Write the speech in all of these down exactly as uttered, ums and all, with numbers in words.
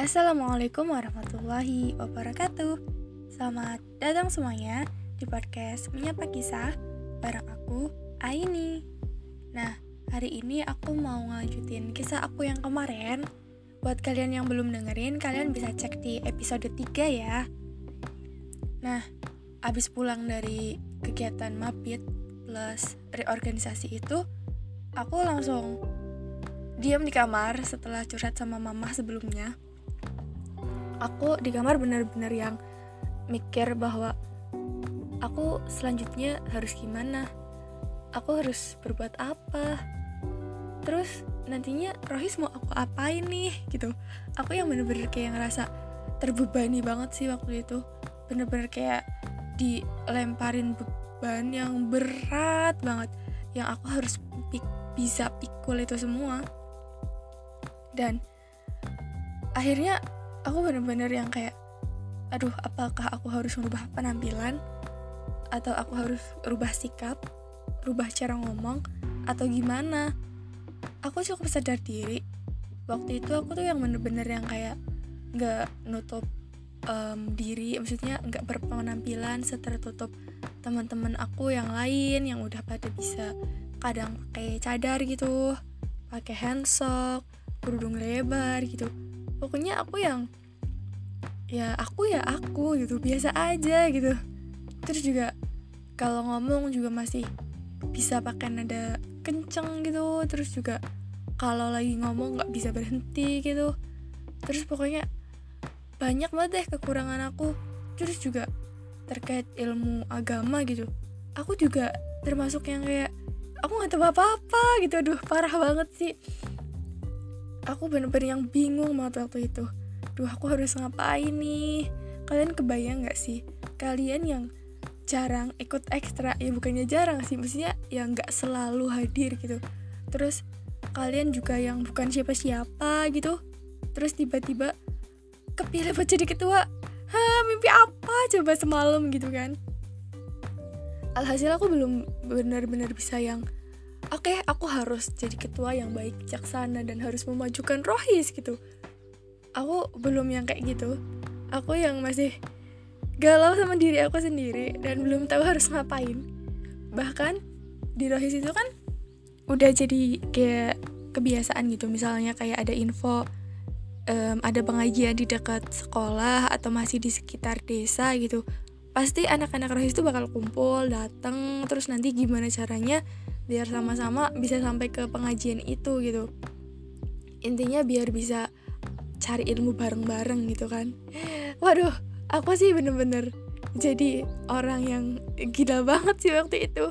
Assalamualaikum warahmatullahi wabarakatuh. Selamat datang semuanya di podcast Menyapa Kisah bareng aku, Aini. Nah, hari ini aku mau ngelanjutin kisah aku yang kemarin. Buat kalian yang belum dengerin, kalian bisa cek di episode tiga ya. Nah, abis pulang dari kegiatan mabit plus reorganisasi itu, aku langsung diam di kamar setelah curhat sama mama sebelumnya. Aku di kamar bener-bener yang mikir bahwa aku selanjutnya harus gimana, aku harus berbuat apa, terus nantinya Rohis mau aku apain nih gitu. Aku yang bener-bener kayak ngerasa terbebani banget sih waktu itu, bener-bener kayak dilemparin beban yang berat banget, yang aku harus pik- bisa pikul itu semua. Dan akhirnya aku benar-benar yang kayak, aduh, apakah aku harus merubah penampilan, atau aku harus rubah sikap, rubah cara ngomong, atau gimana. Aku cukup sadar diri waktu itu. Aku tuh yang bener-bener yang kayak gak nutup um, diri, maksudnya gak berpenampilan setertutup teman-teman aku yang lain yang udah pada bisa kadang pakai cadar gitu, pakai handsock, kerudung lebar gitu. Pokoknya aku yang ya aku ya aku gitu, biasa aja gitu. Terus juga kalau ngomong juga masih bisa pakai nada kenceng gitu. Terus juga kalau lagi ngomong nggak bisa berhenti gitu. Terus pokoknya banyak banget deh kekurangan aku. Terus juga terkait ilmu agama gitu, aku juga termasuk yang kayak aku nggak tahu apa-apa gitu. Aduh, parah banget sih. Aku bener-bener yang bingung banget waktu itu. Duh, aku harus ngapain nih? Kalian kebayang gak sih? Kalian yang jarang ikut ekstra, ya bukannya jarang sih, maksudnya yang gak selalu hadir gitu. Terus kalian juga yang bukan siapa-siapa gitu, terus tiba-tiba kepilih buat jadi ketua. Hah, mimpi apa coba semalam gitu kan? Alhasil aku belum benar-benar bisa yang oke, okay, aku harus jadi ketua yang baik, bijaksana, dan harus memajukan Rohis gitu. Aku belum yang kayak gitu. Aku yang masih galau sama diri aku sendiri dan belum tahu harus ngapain. Bahkan di Rohis itu kan udah jadi kayak kebiasaan gitu. Misalnya kayak ada info um, ada pengajian di dekat sekolah atau masih di sekitar desa gitu, pasti anak-anak Rohis itu bakal kumpul, datang, terus nanti gimana caranya biar sama-sama bisa sampai ke pengajian itu gitu. Intinya biar bisa cari ilmu bareng-bareng gitu kan. Waduh, aku sih bener-bener jadi orang yang gila banget sih waktu itu.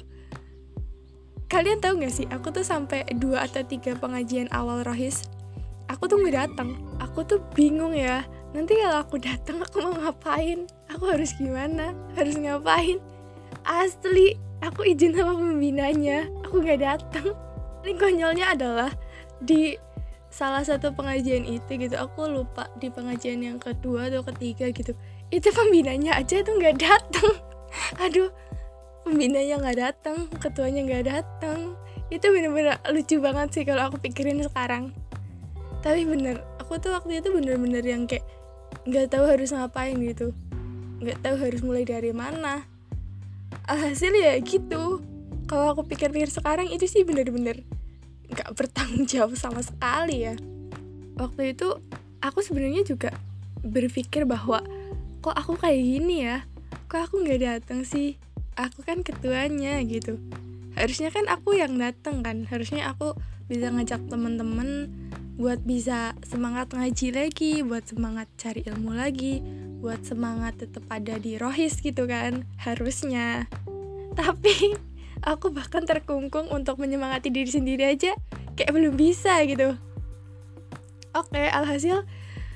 Kalian tahu gak sih, aku tuh sampai dua atau tiga pengajian awal Rohis aku tuh gak datang. Aku tuh bingung ya, nanti kalau aku datang aku mau ngapain, aku harus gimana, harus ngapain. Asli, aku izin sama pembinanya, aku gak datang. Ini konyolnya adalah di salah satu pengajian itu gitu, aku lupa di pengajian yang kedua atau ketiga gitu, itu pembinanya aja tuh gak datang. Aduh, pembinanya gak datang, ketuanya gak datang. Itu bener-bener lucu banget sih kalau aku pikirin sekarang. Tapi bener, aku tuh waktu itu bener-bener yang kayak gak tahu harus ngapain gitu, gak tahu harus mulai dari mana. Alhasil ya gitu. Kalau aku pikir-pikir sekarang, itu sih bener-bener gak bertanggung jawab sama sekali ya. Waktu itu aku sebenarnya juga berpikir bahwa kok aku kayak gini ya, kok aku gak datang sih, aku kan ketuanya gitu. Harusnya kan aku yang datang kan, harusnya aku bisa ngajak temen-temen buat bisa semangat ngaji lagi, buat semangat cari ilmu lagi, buat semangat tetap ada di Rohis gitu kan, harusnya. Tapi aku bahkan terkungkung untuk menyemangati diri sendiri aja kayak belum bisa gitu. Oke, alhasil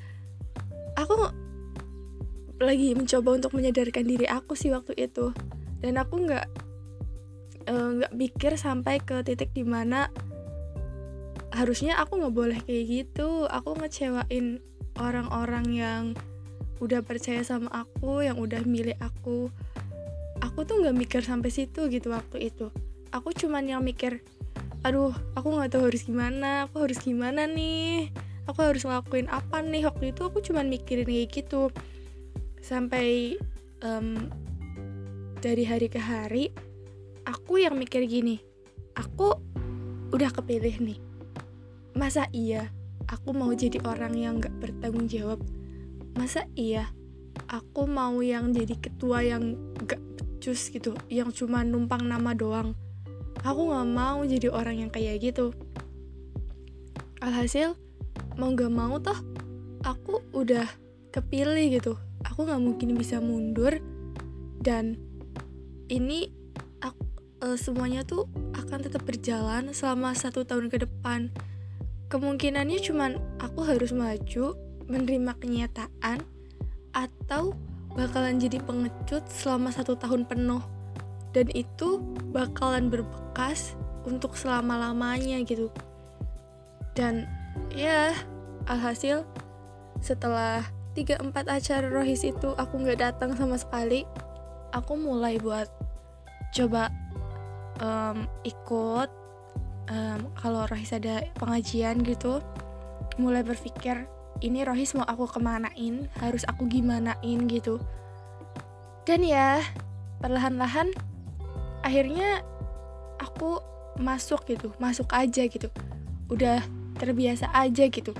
aku lagi mencoba untuk menyadarkan diri aku sih waktu itu. Dan aku gak uh, gak pikir sampai ke titik dimana harusnya aku gak boleh kayak gitu. Aku ngecewain orang-orang yang udah percaya sama aku, yang udah milih aku. Aku tuh gak mikir sampai situ gitu waktu itu. Aku cuman yang mikir, aduh, aku gak tahu harus gimana, aku harus gimana nih, aku harus ngelakuin apa nih. Waktu itu aku cuma mikirin kayak gitu. Sampai um, dari hari ke hari aku yang mikir gini, aku udah kepilih nih, masa iya aku mau jadi orang yang gak bertanggung jawab? Masa iya aku mau yang jadi ketua yang gak becus gitu, yang cuma numpang nama doang? Aku gak mau jadi orang yang kayak gitu. Alhasil mau gak mau toh aku udah kepilih gitu. Aku gak mungkin bisa mundur. Dan ini aku, e, semuanya tuh akan tetap berjalan selama satu tahun ke depan. Kemungkinannya cuman aku harus maju, menerima kenyataan, atau bakalan jadi pengecut selama satu tahun penuh. Dan itu bakalan berbekas untuk selama-lamanya gitu. Dan ya, alhasil setelah tiga empat acara rohis itu aku gak datang sama sekali, aku mulai buat coba um, ikut um, kalau rohis ada pengajian gitu. Mulai berpikir, ini rohis mau aku kemanain, harus aku gimanain gitu. Dan ya, perlahan-lahan akhirnya aku masuk gitu, masuk aja gitu. Udah terbiasa aja gitu.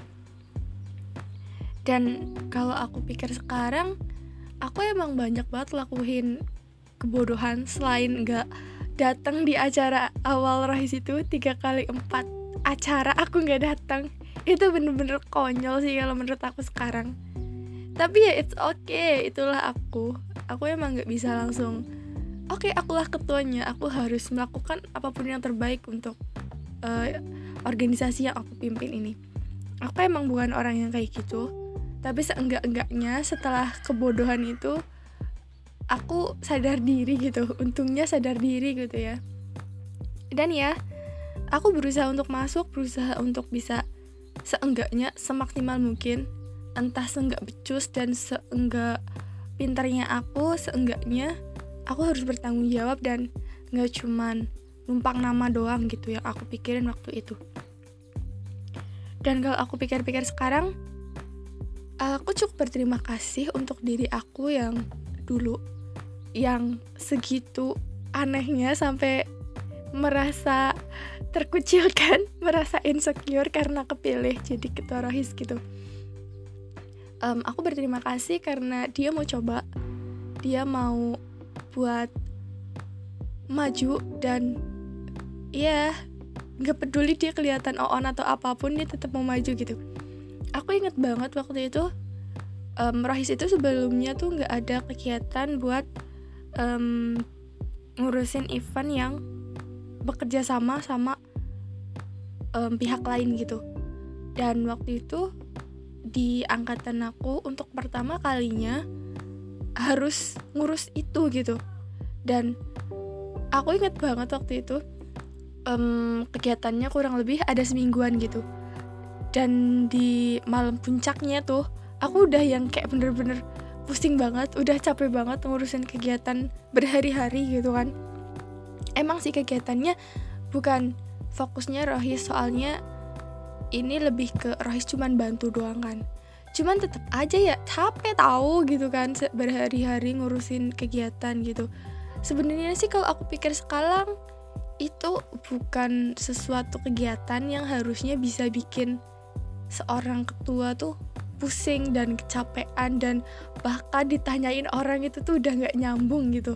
Dan kalau aku pikir sekarang, aku emang banyak banget lakuin kebodohan selain gak datang di acara awal rohis itu. Tiga kali empat acara aku gak datang. Itu bener-bener konyol sih kalau menurut aku sekarang. Tapi ya it's okay, itulah aku. Aku emang gak bisa langsung, oke okay, akulah ketuanya, aku harus melakukan apapun yang terbaik untuk uh, organisasi yang aku pimpin ini. Aku emang bukan orang yang kayak gitu. Tapi seenggak-enggaknya setelah kebodohan itu aku sadar diri gitu. Untungnya sadar diri gitu ya. Dan ya, aku berusaha untuk masuk, berusaha untuk bisa seenggaknya semaksimal mungkin. Entah seenggak becus dan seenggak pintarnya aku, seenggaknya aku harus bertanggung jawab dan gak cuman numpang nama doang gitu yang aku pikirin waktu itu. Dan kalau aku pikir-pikir sekarang, aku cukup berterima kasih untuk diri aku yang dulu, yang segitu anehnya sampai merasa terkucilkan, merasa insecure karena kepilih jadi ketua rohis gitu. Um, aku berterima kasih karena dia mau coba, dia mau buat maju dan ya gak peduli dia kelihatan on atau apapun, dia tetap mau maju gitu. Aku inget banget waktu itu um, rohis itu sebelumnya tuh gak ada kegiatan buat um, ngurusin event yang bekerja sama sama um, pihak lain gitu. Dan waktu itu di angkatan aku untuk pertama kalinya harus ngurus itu gitu. Dan aku inget banget waktu itu um, kegiatannya kurang lebih ada semingguan gitu. Dan di malam puncaknya tuh aku udah yang kayak bener-bener pusing banget, udah capek banget ngurusin kegiatan berhari-hari gitu kan. Emang sih kegiatannya bukan fokusnya rohis, soalnya ini lebih ke rohis cuman bantu doang kan. Cuman tetap aja ya capek tahu gitu kan berhari-hari ngurusin kegiatan gitu. Sebenarnya sih kalau aku pikir sekarang itu bukan sesuatu kegiatan yang harusnya bisa bikin seorang ketua tuh pusing dan kecapean dan bahkan ditanyain orang itu tuh udah gak nyambung gitu.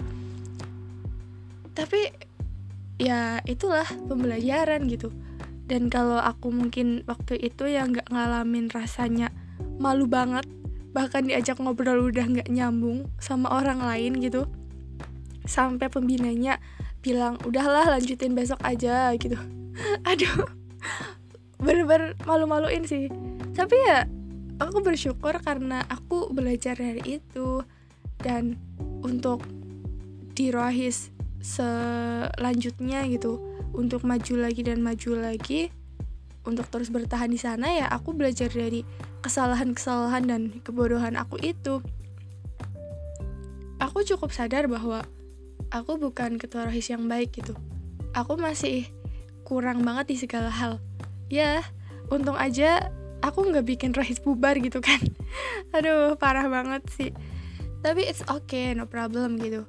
Tapi ya itulah pembelajaran gitu. Dan kalau aku mungkin waktu itu yang gak ngalamin rasanya malu banget, bahkan diajak ngobrol udah gak nyambung sama orang lain gitu, sampai pembinanya bilang udahlah lanjutin besok aja gitu. Aduh, bener-bener malu-maluin sih. Tapi ya aku bersyukur karena aku belajar dari itu. Dan untuk di rohis selanjutnya gitu, untuk maju lagi dan maju lagi, untuk terus bertahan di sana, ya aku belajar dari kesalahan-kesalahan dan kebodohan aku itu. Aku cukup sadar bahwa aku bukan ketua rohis yang baik gitu. Aku masih kurang banget di segala hal. Ya, untung aja aku nggak bikin rohis bubar gitu kan. Aduh, parah banget sih. Tapi it's okay, no problem gitu.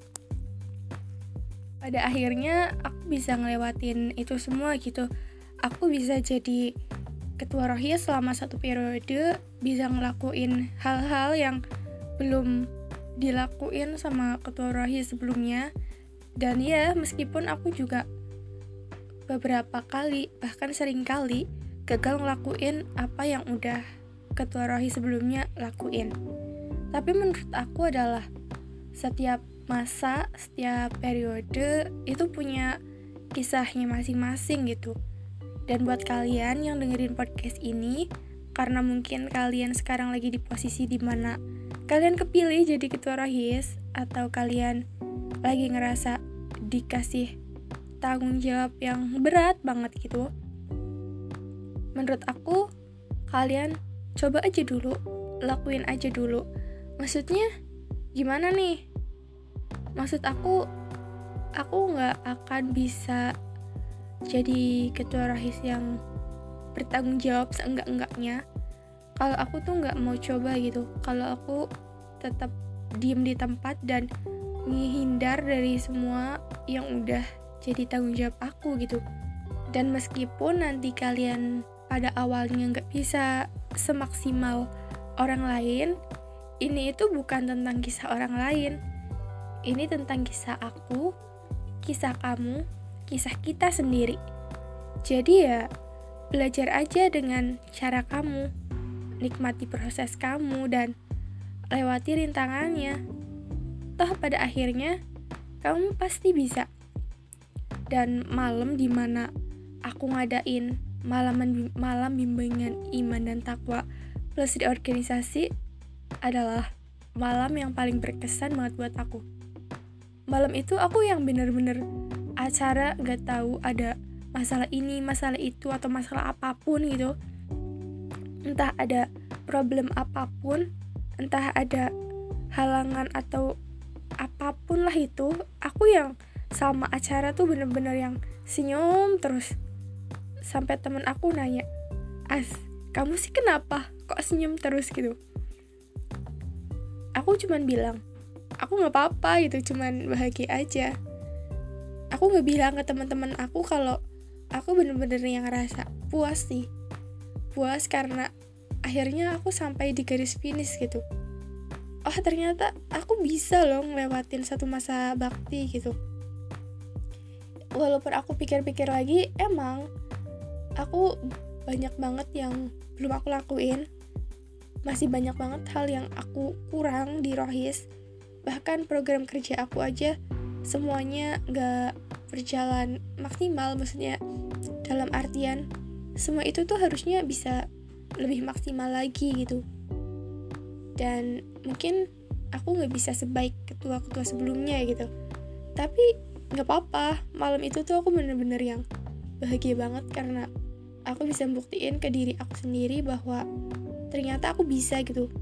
Pada akhirnya aku bisa ngelewatin itu semua gitu. Aku bisa jadi ketua rohis selama satu periode, bisa ngelakuin hal-hal yang belum dilakuin sama ketua rohis sebelumnya. Dan ya, meskipun aku juga beberapa kali, bahkan sering kali gagal ngelakuin apa yang udah ketua rohis sebelumnya lakuin. Tapi menurut aku adalah setiap masa, setiap periode itu punya kisahnya masing-masing gitu. Dan buat kalian yang dengerin podcast ini, karena mungkin kalian sekarang lagi di posisi dimana kalian kepilih jadi ketua rohis, atau kalian lagi ngerasa dikasih tanggung jawab yang berat banget gitu, menurut aku kalian coba aja dulu, lakuin aja dulu. Maksudnya gimana nih? Maksud aku, aku gak akan bisa jadi ketua rohis yang bertanggung jawab seenggak-enggaknya kalau aku tuh gak mau coba gitu. Kalau aku tetap diem di tempat dan menghindar dari semua yang udah jadi tanggung jawab aku gitu. Dan meskipun nanti kalian pada awalnya gak bisa semaksimal orang lain, ini itu bukan tentang kisah orang lain, ini tentang kisah aku, kisah kamu, kisah kita sendiri. Jadi ya belajar aja dengan cara kamu, nikmati proses kamu dan lewati rintangannya. Toh pada akhirnya kamu pasti bisa. Dan malam dimana aku ngadain malam malam bimbingan iman dan takwa plus di organisasi adalah malam yang paling berkesan banget buat aku. Malam itu aku yang bener-bener acara gak tahu ada masalah ini, masalah itu, atau masalah apapun gitu. Entah ada problem apapun, entah ada halangan atau apapun lah itu, aku yang sama acara tuh bener-bener yang senyum terus. Sampai temen aku nanya, "As, kamu sih kenapa? Kok senyum terus gitu?" Aku cuman bilang, aku gak apa-apa gitu, cuman bahagia aja. Aku gak bilang ke teman-teman aku kalau aku bener-bener yang ngerasa puas sih. Puas karena akhirnya aku sampai di garis finish gitu. Oh ternyata aku bisa loh ngelewatin satu masa bakti gitu. Walaupun aku pikir-pikir lagi, emang aku banyak banget yang belum aku lakuin. Masih banyak banget hal yang aku kurang di rohis. Bahkan program kerja aku aja semuanya gak berjalan maksimal. Maksudnya dalam artian semua itu tuh harusnya bisa lebih maksimal lagi gitu. Dan mungkin aku gak bisa sebaik ketua-ketua sebelumnya gitu. Tapi gak apa-apa, malam itu tuh aku bener-bener yang bahagia banget karena aku bisa buktiin ke diri aku sendiri bahwa ternyata aku bisa gitu.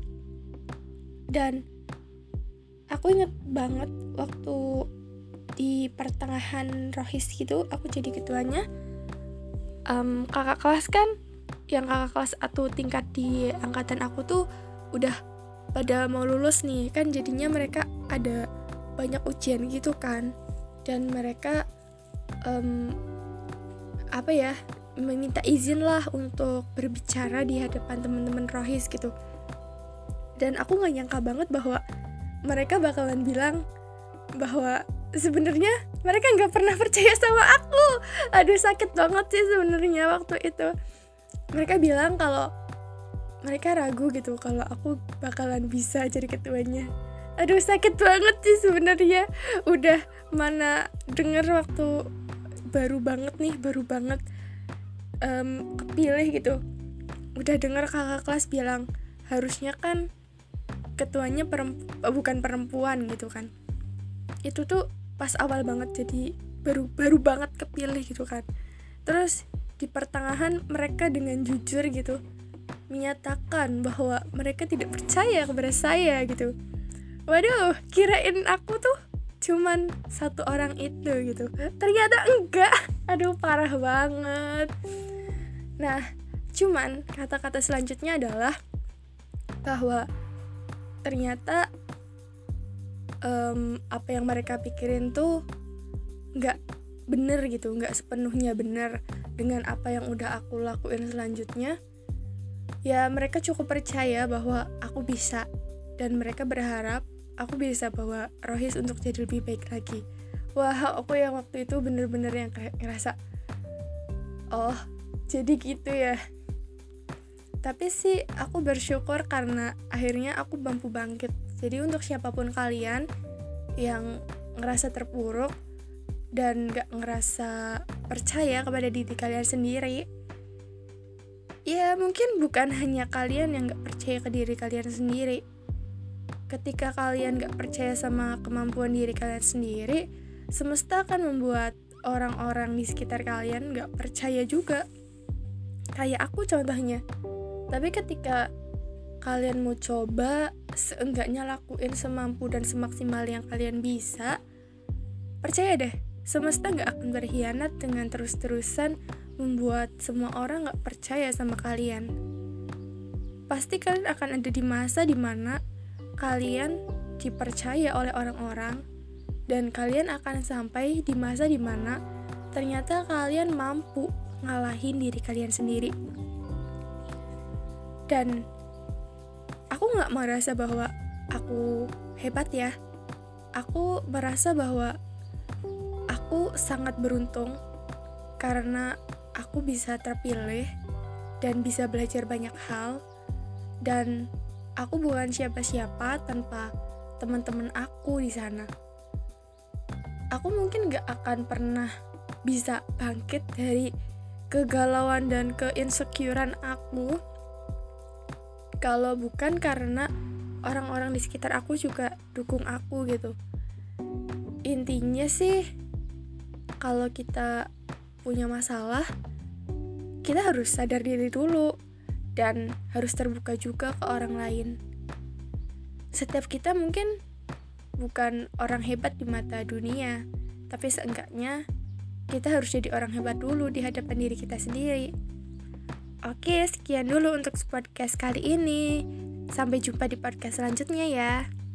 Dan aku inget banget waktu di pertengahan rohis gitu, aku jadi ketuanya. um, Kakak kelas kan, yang kakak kelas atau tingkat di angkatan aku tuh udah pada mau lulus nih, kan jadinya mereka ada banyak ujian gitu kan. Dan mereka um, apa ya meminta izin lah untuk berbicara di hadapan teman-teman rohis gitu. Dan aku nggak nyangka banget bahwa mereka bakalan bilang bahwa sebenarnya mereka nggak pernah percaya sama aku. Aduh sakit banget sih sebenarnya waktu itu. Mereka bilang kalau mereka ragu gitu kalau aku bakalan bisa jadi ketuanya. Aduh sakit banget sih sebenarnya. Udah mana denger waktu baru banget nih, baru banget Um, kepilih gitu, udah denger kakak kelas bilang harusnya kan ketuanya perempu- bukan perempuan gitu kan. Itu tuh pas awal banget, jadi baru baru banget kepilih gitu kan. Terus di pertengahan mereka dengan jujur gitu menyatakan bahwa mereka tidak percaya kepada saya gitu. Waduh, kirain aku tuh cuman satu orang itu gitu, ternyata enggak. Aduh parah banget. Nah Cuman kata-kata selanjutnya adalah bahwa ternyata um, apa yang mereka pikirin tuh nggak bener gitu, nggak sepenuhnya bener dengan apa yang udah aku lakuin selanjutnya. Ya mereka cukup percaya bahwa aku bisa, dan mereka berharap aku bisa bawa Rohis untuk jadi lebih baik lagi. Wah, aku yang waktu itu bener-bener yang kayak ngerasa, oh jadi gitu ya. Tapi sih aku bersyukur karena akhirnya aku mampu bangkit. Jadi untuk siapapun kalian yang ngerasa terpuruk dan gak ngerasa percaya kepada diri kalian sendiri, ya mungkin bukan hanya kalian yang gak percaya ke diri kalian sendiri. Ketika kalian gak percaya sama kemampuan diri kalian sendiri, semesta akan membuat orang-orang di sekitar kalian gak percaya juga. Kayak aku contohnya. Tapi ketika kalian mau coba, seenggaknya lakuin semampu dan semaksimal yang kalian bisa, percaya deh, semesta gak akan berkhianat dengan terus-terusan membuat semua orang gak percaya sama kalian. Pasti kalian akan ada di masa dimana kalian dipercaya oleh orang-orang, dan kalian akan sampai di masa dimana ternyata kalian mampu ngalahin diri kalian sendiri. Dan aku gak merasa bahwa aku hebat ya. Aku merasa bahwa aku sangat beruntung karena aku bisa terpilih dan bisa belajar banyak hal. Dan aku bukan siapa-siapa tanpa teman-teman aku di sana. Aku mungkin gak akan pernah bisa bangkit dari kegalauan dan keinsecurean aku kalau bukan karena orang-orang di sekitar aku juga dukung aku gitu. Intinya sih, kalau kita punya masalah, kita harus sadar diri dulu dan harus terbuka juga ke orang lain. Setiap kita mungkin bukan orang hebat di mata dunia, tapi seenggaknya kita harus jadi orang hebat dulu di hadapan diri kita sendiri. Oke, sekian dulu untuk podcast kali ini. Sampai jumpa di podcast selanjutnya ya.